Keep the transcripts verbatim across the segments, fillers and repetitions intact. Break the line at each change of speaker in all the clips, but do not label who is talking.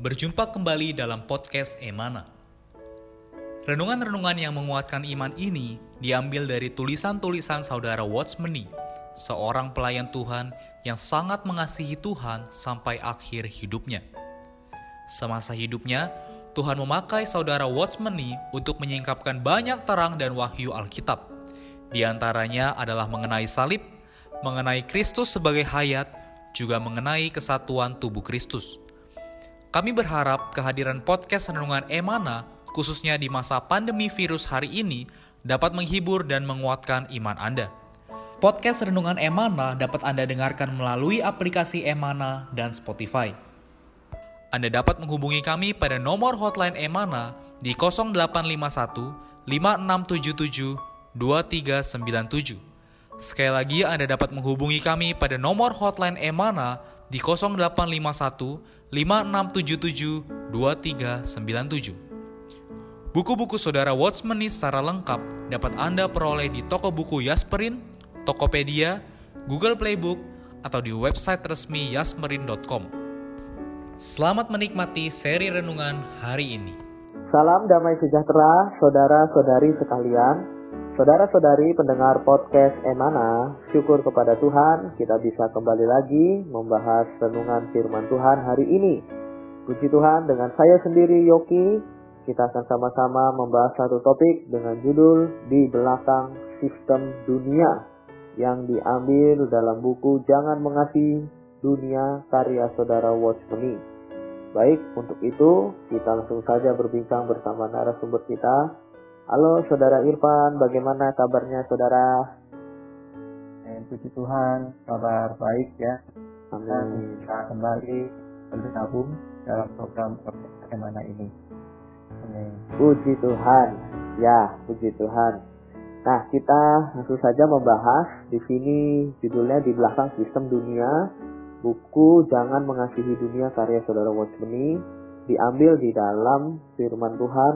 Berjumpa kembali dalam podcast Emana. Renungan-renungan yang menguatkan iman ini diambil dari tulisan-tulisan saudara Watchmeni, seorang pelayan Tuhan yang sangat mengasihi Tuhan sampai akhir hidupnya. Semasa hidupnya, Tuhan memakai saudara Watchmeni untuk menyingkapkan banyak terang dan wahyu Alkitab. Di antaranya adalah mengenai salib, mengenai Kristus sebagai hayat, juga mengenai kesatuan tubuh Kristus. Kami berharap kehadiran podcast Renungan Emana, khususnya di masa pandemi virus hari ini, dapat menghibur dan menguatkan iman Anda. Podcast Renungan Emana dapat Anda dengarkan melalui aplikasi Emana dan Spotify. Anda dapat menghubungi kami pada nomor hotline Emana di nol delapan lima satu lima enam tujuh tujuh dua tiga sembilan tujuh. Sekali lagi Anda dapat menghubungi kami pada nomor hotline Emana di nol delapan lima satu lima enam tujuh tujuh dua tiga sembilan tujuh. Buku-buku saudara Watchmeni secara lengkap dapat Anda peroleh di toko buku Yasmerin, Tokopedia, Google Playbook, atau di website resmi yasmerin dot com. Selamat menikmati seri renungan hari ini.
Salam damai sejahtera saudara-saudari sekalian. Saudara-saudari pendengar podcast Emana, syukur kepada Tuhan kita bisa kembali lagi membahas renungan firman Tuhan hari ini. Puji Tuhan, dengan saya sendiri Yoki, kita akan sama-sama membahas satu topik dengan judul Di Belakang Sistem Dunia yang diambil dalam buku Jangan Mengasihi Dunia karya saudara Watchmeni. Baik, untuk itu kita langsung saja berbincang bersama narasumber kita. Halo Saudara Irfan, bagaimana kabarnya Saudara?
Eh, puji Tuhan, kabar baik ya.
Amin.
Dan bisa kembali bergabung dalam program podcast Emana ini. Amin.
Puji Tuhan, ya puji Tuhan. Nah, kita langsung saja membahas di sini judulnya Di Belakang Sistem Dunia, buku Jangan Mengasihi Dunia karya saudara Watchmeni, diambil di dalam firman Tuhan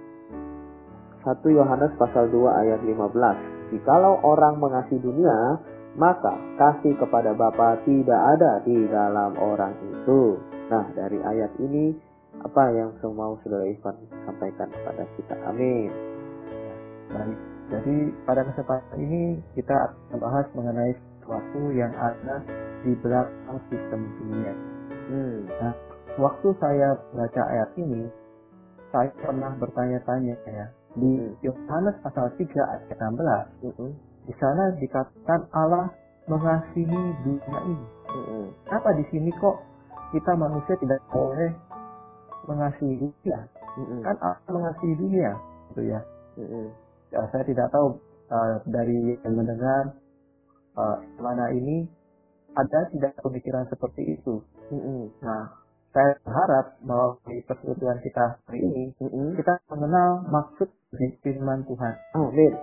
satu Yohanes pasal dua ayat lima belas. Jikalau orang mengasihi dunia, maka kasih kepada Bapa tidak ada di dalam orang itu. Nah, dari ayat ini apa yang mau saudara Ivan sampaikan kepada kita? Amin.
Baik. Jadi pada kesempatan ini kita akan membahas mengenai sesuatu yang ada di belakang sistem dunia.
Hmm.
Nah, waktu saya baca ayat ini, saya pernah bertanya-tanya ya. Di Yohanes pasal tiga ayat enam belas,
Mm-mm.
di sana dikatakan Allah mengasihi dunia ini.
Mm-mm.
Kenapa di sini kok kita manusia tidak boleh mengasihi dunia?
Mm-mm.
Kan Allah mengasihi dunia, gitu ya.
Mm-mm.
Ya, saya tidak tahu uh, dari yang mendengar uh, mana ini ada tidak pemikiran seperti itu.
Mm-mm.
Nah, saya berharap bahwa di persekutuan kita hari ini
Mm-mm.
kita mengenal maksud dari firman Tuhan.
Amin.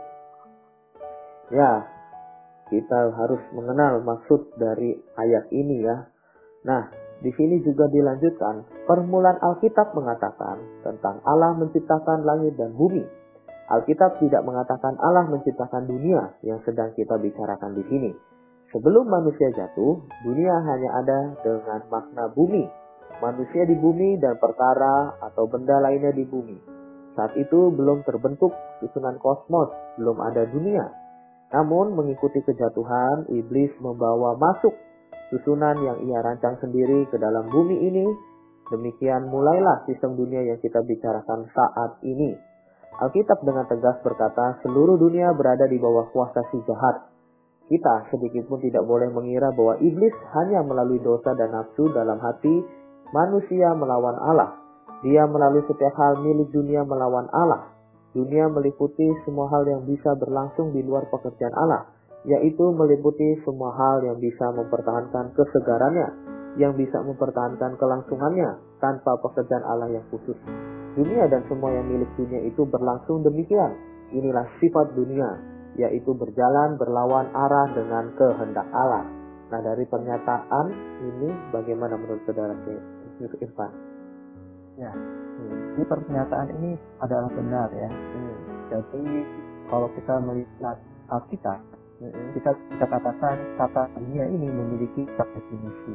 Ya, kita harus mengenal maksud dari ayat ini ya. Nah, di sini juga dilanjutkan, permulaan Alkitab mengatakan tentang Allah menciptakan langit dan bumi. Alkitab tidak mengatakan Allah menciptakan dunia yang sedang kita bicarakan di sini. Sebelum manusia jatuh, dunia hanya ada dengan makna bumi. Manusia di bumi dan perkara atau benda lainnya di bumi. Saat itu belum terbentuk susunan kosmos, belum ada dunia. Namun mengikuti kejatuhan, iblis membawa masuk susunan yang ia rancang sendiri ke dalam bumi ini. Demikian mulailah sistem dunia yang kita bicarakan saat ini. Alkitab dengan tegas berkata, seluruh dunia berada di bawah kuasa si jahat. Kita sedikit pun tidak boleh mengira bahwa iblis hanya melalui dosa dan nafsu dalam hati manusia melawan Allah. Dia melalui setiap hal milik dunia melawan Allah. Dunia meliputi semua hal yang bisa berlangsung di luar pekerjaan Allah, yaitu meliputi semua hal yang bisa mempertahankan kesegarannya, yang bisa mempertahankan kelangsungannya tanpa pekerjaan Allah yang khusus. Dunia dan semua yang milik dunia itu berlangsung demikian. Inilah sifat dunia, yaitu berjalan berlawan arah dengan kehendak Allah. Nah, dari pernyataan ini bagaimana menurut saudara Irfan?
Ya, hmm. Ini pernyataan ini adalah benar ya.
Hmm.
Jadi kalau kita melihat Alkitab,
hmm.
kita bisa katakan kata dunia ini memiliki definisi.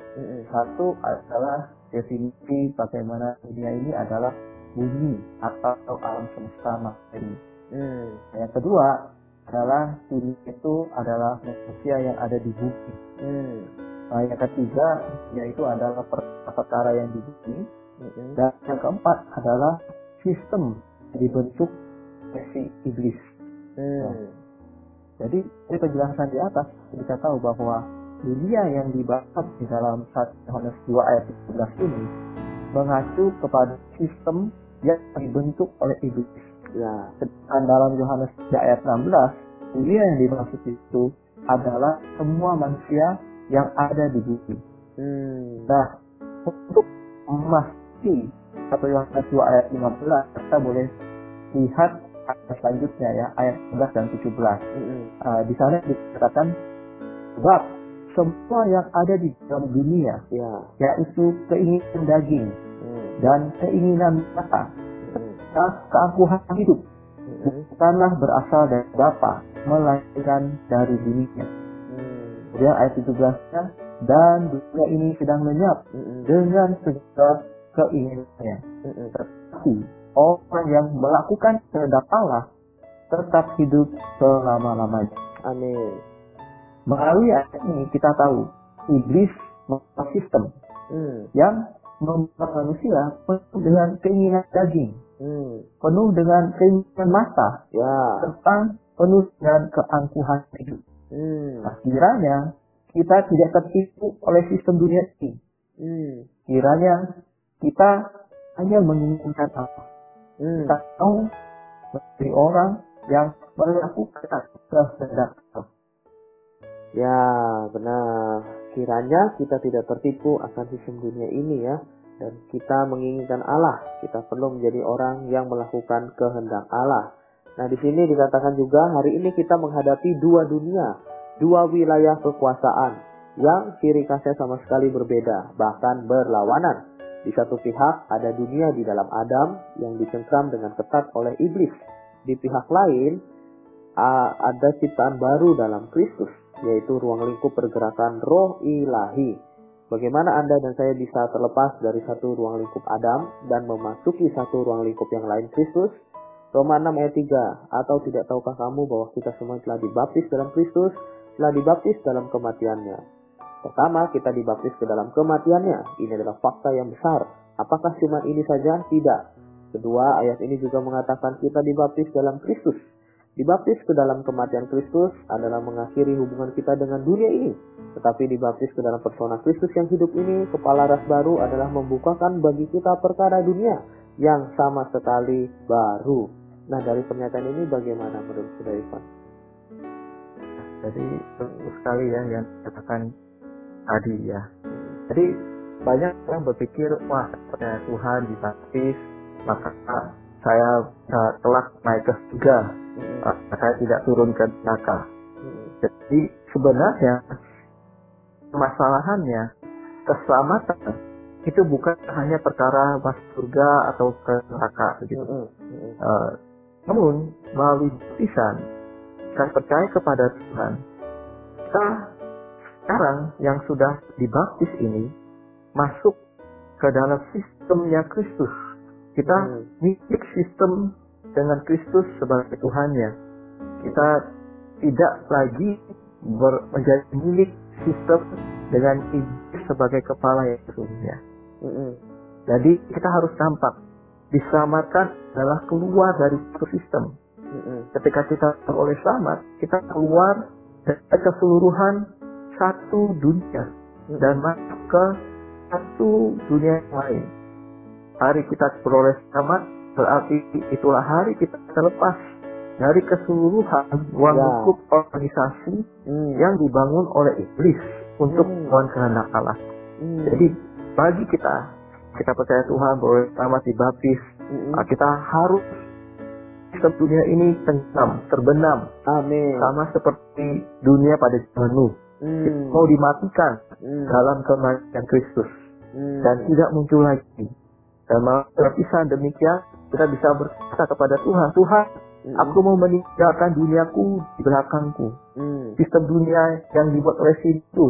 Mm-mm.
Satu adalah definisi bagaimana dunia ini adalah bumi atau alam semesta materi.
Mm.
Yang kedua adalah dunia itu adalah manusia yang ada di bumi.
Mm.
Nah, yang ketiga, yaitu adalah perkara yang di bumi.
Mm-mm.
Dan yang keempat adalah sistem yang dibentuk oleh si iblis.
Mm.
Nah, jadi dari penjelasan di atas kita tahu bahwa dunia yang dibahas di dalam satu Yohanes dua ayat tiga belas ini mengacu kepada sistem yang dibentuk oleh iblis.
Ya.
Sedangkan dalam Yohanes tiga ayat enam belas, dunia yang dimaksud itu adalah semua manusia yang ada di bumi.
Mm.
Nah, untuk memastikan satu Yohanes dua ayat lima belas, kita boleh lihat ayat selanjutnya ya, ayat sebelas dan tujuh belas.
Mm-mm.
Uh, di sana dikatakan, sebab semua yang ada di dalam dunia,
Ya.
yaitu keinginan daging
Mm.
dan keinginan mata,
Mm.
dan keangkuhan hidup,
Mm-mm.
bukanlah berasal dari Bapa, melainkan dari dunia.
Mm.
Kemudian ayat tujuh belas-nya, dan dunia ini sedang lenyap
Mm-mm.
dengan segala keinginannya.
Mm-mm.
Tetapi orang yang melakukan kehendak Allah tetap hidup selama-lamanya.
Amin.
Melalui ayat ini kita tahu iblis membuat sistem
Mm.
yang membuat manusia penuh dengan keinginan daging,
Mm.
penuh dengan keinginan mata,
Ya.
serta penuh dengan keangkuhan hidup.
Mm.
Nah, kiranya kita tidak tertipu oleh sistem dunia ini.
Mm.
Kiranya kita hanya menginginkan apa.
Mm.
Kita tahu menjadi orang yang melakukan kehendak Allah.
Ya, benar. Kiranya kita tidak tertipu akan sistem dunia ini ya. Dan kita menginginkan Allah. Kita perlu menjadi orang yang melakukan kehendak Allah. Nah, di sini dikatakan juga hari ini kita menghadapi dua dunia, dua wilayah kekuasaan yang ciri khasnya sama sekali berbeda, bahkan berlawanan. Di satu pihak ada dunia di dalam Adam yang dicengkram dengan ketat oleh iblis. Di pihak lain ada ciptaan baru dalam Kristus, yaitu ruang lingkup pergerakan roh ilahi. Bagaimana Anda dan saya bisa terlepas dari satu ruang lingkup Adam dan memasuki satu ruang lingkup yang lain Kristus? Roma enam ayat tiga, atau tidak tahukah kamu bahwa kita semua telah dibaptis dalam Kristus, telah dibaptis dalam kematiannya. Pertama, kita dibaptis ke dalam kematiannya. Ini adalah fakta yang besar. Apakah cuma ini saja? Tidak. Kedua, ayat ini juga mengatakan kita dibaptis dalam Kristus. Dibaptis ke dalam kematian Kristus adalah mengakhiri hubungan kita dengan dunia ini. Tetapi dibaptis ke dalam persona Kristus yang hidup ini, kepala ras baru adalah membukakan bagi kita perkara dunia yang sama sekali baru. Nah, dari pernyataan ini bagaimana menurut Saudara Ivan?
Jadi betul sekali ya yang dikatakan tadi ya. Jadi banyak orang berpikir, wah percaya Tuhan dibaptis, maka saya uh, kelak naik ke surga, uh, saya tidak turun ke neraka. Jadi sebenarnya permasalahannya keselamatan itu bukan hanya perkara masuk surga atau ke neraka begitu. Uh, namun melalui baptisan kita percaya kepada Tuhan, kita sekarang yang sudah dibaptis ini masuk ke dalam sistemnya Kristus. Kita hmm. milik sistem dengan Kristus sebagai Tuhannya. Kita tidak lagi ber- menjadi milik sistem dengan iblis sebagai kepala yang sesungguhnya. Hmm. Jadi kita harus nampak diselamatkan adalah keluar dari satu sistem. Hmm. Ketika kita oleh selamat, kita keluar dari keseluruhan satu dunia hmm. dan masuk ke satu dunia yang lain. Hari kita beroleh selamat berarti itulah hari kita terlepas dari keseluruhan ruang lingkup ya. organisasi hmm. yang dibangun oleh iblis untuk melawan hmm. kehendak Allah. Hmm. Jadi bagi kita, kita percaya Tuhan beroleh selamat dibaptis, hmm. kita harus sistem dunia ini tenggelam, terbenam, amin. Sama seperti dunia pada zaman Nuh. Hmm. Mau dimatikan hmm. dalam kematian Kristus hmm. dan tidak muncul lagi. Dan melalui perpisahan demikian kita bisa berkata kepada Tuhan, Tuhan, hmm. aku mau meninggalkan duniaku di belakangku. Hmm. Sistem dunia yang dibuat oleh si itu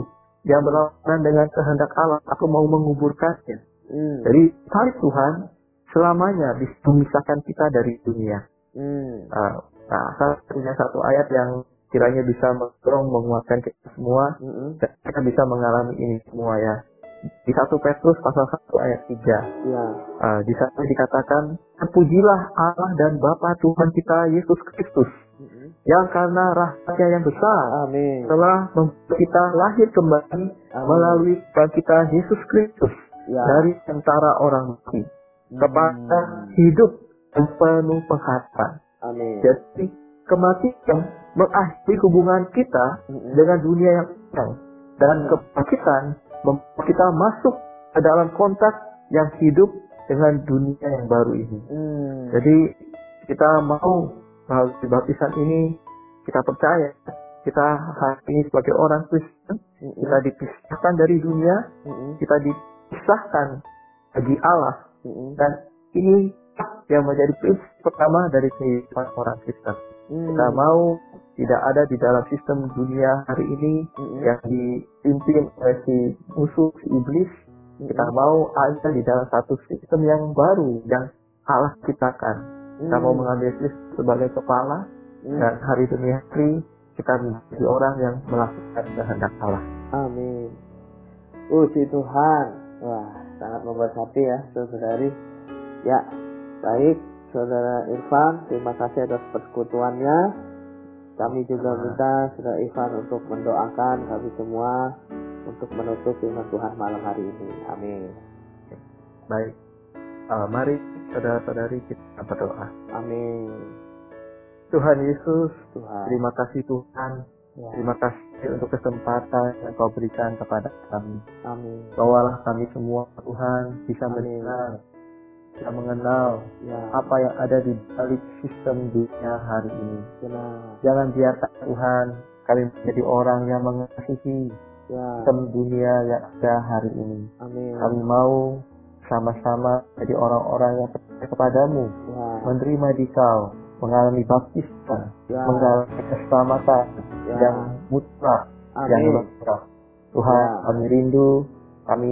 yang berlawanan dengan kehendak Allah, aku mau menguburkannya. Hmm. Jadi salib Tuhan selamanya bisa memisahkan kita dari dunia. Hmm. Nah, nah, satunya satu ayat yang kiranya bisa mendorong, menguatkan kita semua, mm-hmm. dan kita bisa mengalami ini semua ya. Di satu Petrus pasal satu ayat tiga, ya. uh, di sana dikatakan, terpujilah Allah dan Bapa Tuhan kita Yesus Kristus, mm-hmm. yang karena rahmatnya yang besar, Amin. Telah membuat kita lahir kembali Amin. Melalui bangkitan Yesus Kristus ya. Dari antara orang mati, hmm. kepada hidup yang penuh pengharapan. Amin. Jadi kematian mengakhiri hubungan kita mm-hmm. dengan dunia yang hilang, dan mm-hmm. kebangkitan membuat kita masuk ke dalam kontak yang hidup dengan dunia yang baru ini. Mm. Jadi kita mau melalui baptisan ini, kita percaya kita hari ini sebagai orang Kristen, mm-hmm. kita dipisahkan dari dunia, mm-hmm. kita dipisahkan bagi Allah, mm-hmm. dan ini yang menjadi prinsip pertama dari kehidupan orang Kristen. Hmm. Kita mau tidak ada di dalam sistem dunia hari ini hmm. yang dipimpin oleh si musuh, si iblis. Hmm. Kita mau ada di dalam satu sistem yang baru yang Allah ciptakan. Hmm. Kita mau mengambil Kristus sebagai kepala, hmm. dan hari demi hari kita menjadi orang yang melakukan kehendak Allah. Amin.
Puji Tuhan. Wah, sangat memberkati ya, saudari. Ya, baik. Saudara Irfan, terima kasih atas persekutuannya. Kami juga minta Saudara Irfan untuk mendoakan kami semua untuk menutup firman Tuhan malam hari ini. Amin.
Baik, uh, mari saudara-saudari kita berdoa.
Amin.
Tuhan Yesus,
Tuhan.
Terima kasih Tuhan. Ya. Terima kasih untuk kesempatan yang Kau berikan kepada kami.
Amin.
Bawalah kami semua Tuhan bisa mendengar, kita mengenal ya. Apa yang ada di balik sistem dunia hari ini.
Benar.
Jangan biarkan Tuhan kami menjadi orang yang mengasihi ya. Sistem dunia yang ada hari ini.
Amin.
Kami mau sama-sama jadi orang-orang yang percaya kepadamu, ya. Menerima Dikau, mengalami baptisan, ya. Mengalami keselamatan ya. Yang mutlak, Amin. Yang lengkap. Tuhan, ya. Kami rindu, kami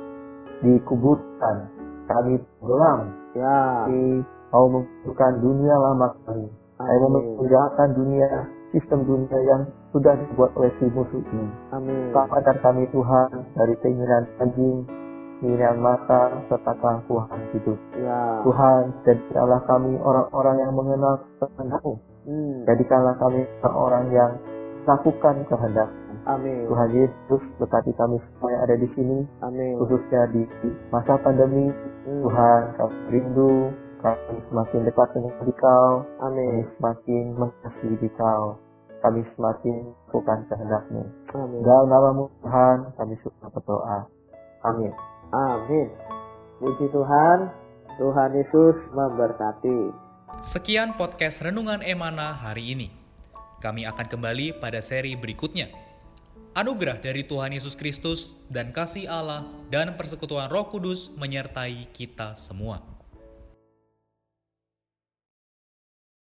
dikuburkan, kami pulang, ya. Kami mau menguburkan dunia lama kami. Kami mau meninggalkan dunia, sistem dunia yang sudah dibuat oleh si musuh ini.
Amin.
Selamatkan kami Tuhan dari keinginan anjing, keinginan mata, serta kelangsungan hidup. Ya. Tuhan, jadikanlah kami orang-orang yang mengenal kehendak-Mu. Hmm. Jadikanlah kami orang-orang yang lakukan kehendak.
Amin.
Tuhan Yesus, berkati kami semua yang ada di sini.
Amin.
Khususnya di masa pandemi. Hmm. Tuhan, kami rindu, kami semakin dekat dengan Dikau.
Amin.
Kami semakin mengasihi Dikau. Kami semakin lakukan kehendak-Mu.
Amin.
Dalam nama-Mu Tuhan, kami suka berdoa. Amin.
Amin. Puji Tuhan. Tuhan Yesus memberkati.
Sekian podcast Renungan Emana hari ini. Kami akan kembali pada seri berikutnya. Anugerah dari Tuhan Yesus Kristus dan kasih Allah dan persekutuan Roh Kudus menyertai kita semua.